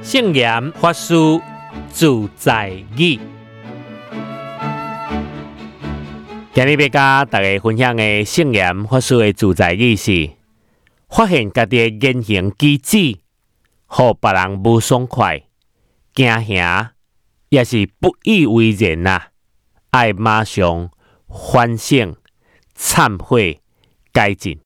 圣严法师自在语，今日要甲大家分享的圣严法师的自在语是：发现家己的言行举止，互别人无爽快、惊吓，也是不以为然啊！爱马上反省、忏悔、改进。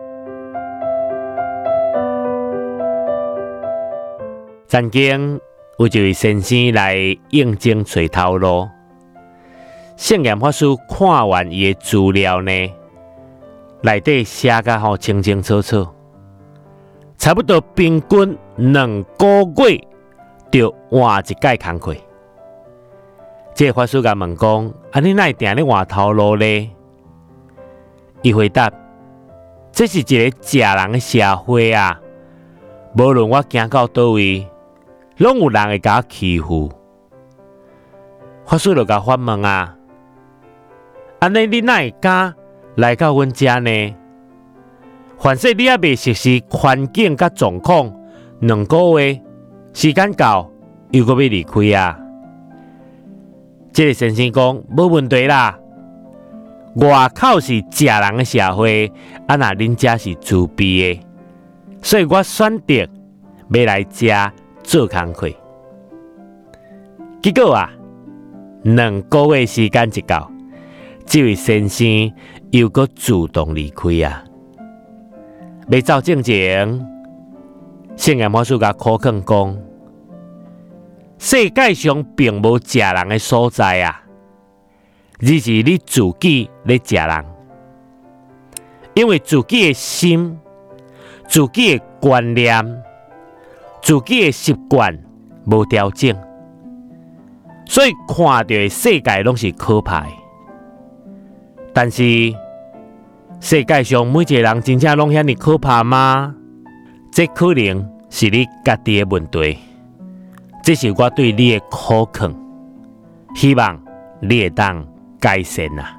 曾经有一位先生来应征找头路，圣严法师看完伊的资料呢，内底写甲清清楚楚，差不多平均2个月就换一届工课。这个法师甲问讲：你哪会定咧换头路呢？伊回答：这是一个食人的社会啊！无论我行到倒位，拢有人会甲我欺负。法师就甲反问啊：安尼你哪会敢来到阮遮呢？凡说你还未熟悉环境甲状况，2个月时间到，又搁要离开啊！这个先生讲：无问题啦，外口是食人的社会，那恁遮是自闭的，所以我选择要来遮做工课。结果啊，2个月时间一到，这位先生又搁主动离开啊！要走正前，圣严法师甲苦劝讲：世界上并无食人的所在啊，而是你自己咧食人，因为自己的心、自己的观念、自己的习惯无调整，所以看到的世界拢是可怕的。但是世界上每一个人真正拢遐尼可怕吗？这可能是你家己的问题。这是我对你的苦劝，希望你会当改善啊。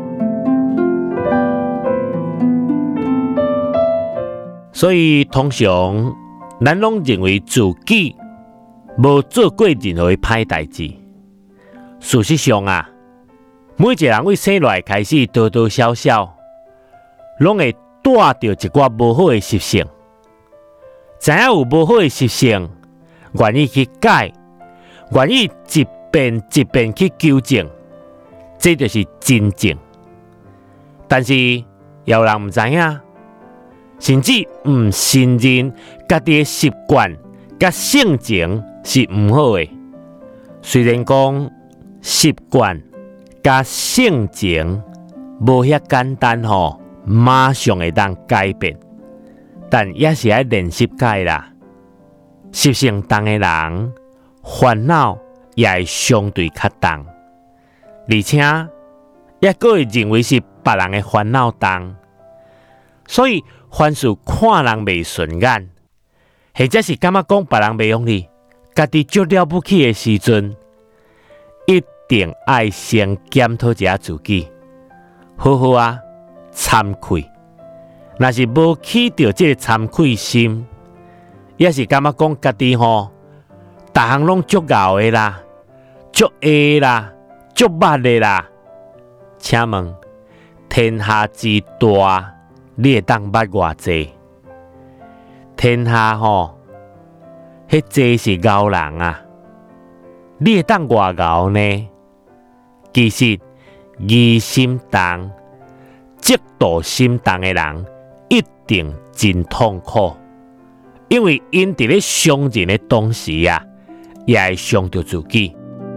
所以通常咱拢认为自己无做过任何歹代志。事实上啊，每一个人为生来开始多多少少，拢会带着一寡无好的习性。知影有无好的习性，愿意去改，愿意一遍一遍去纠正，这就是真正。但是也有人唔知影，甚至唔承认家己的习惯甲性情是唔好的。虽然讲习惯甲性情无遐简单马上会当改变，但也是要练习改啦。习性重的人，烦恼也会相对较重，而且也个会认为是别人的烦恼重，所以凡事看人袂顺眼，或者是感觉讲别人袂用你，家己足了不起的时阵，一定爱先检讨一下自己，好好啊惭愧。若是无起到这个惭愧心，也是感觉讲家己逐项拢足熬的啦，足会啦，足捌的啦。请问天下之大，你会当捌偌济？天下迄济是熬人啊，你会当偌熬呢？其实疑心重、嫉妒心重的人，一定真痛苦。因为因伫咧伤人的同时啊，也会伤到自己。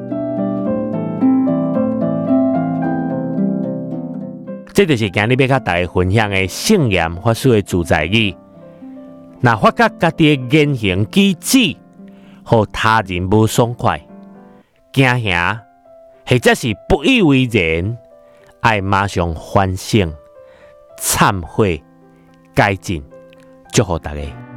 这就是今日要甲大家分享的圣严法师的自在语。若发觉家己的言行举止，互他人无爽快、惊吓，或者是不以为然，爱马上反省、忏悔、改进。祝福大家。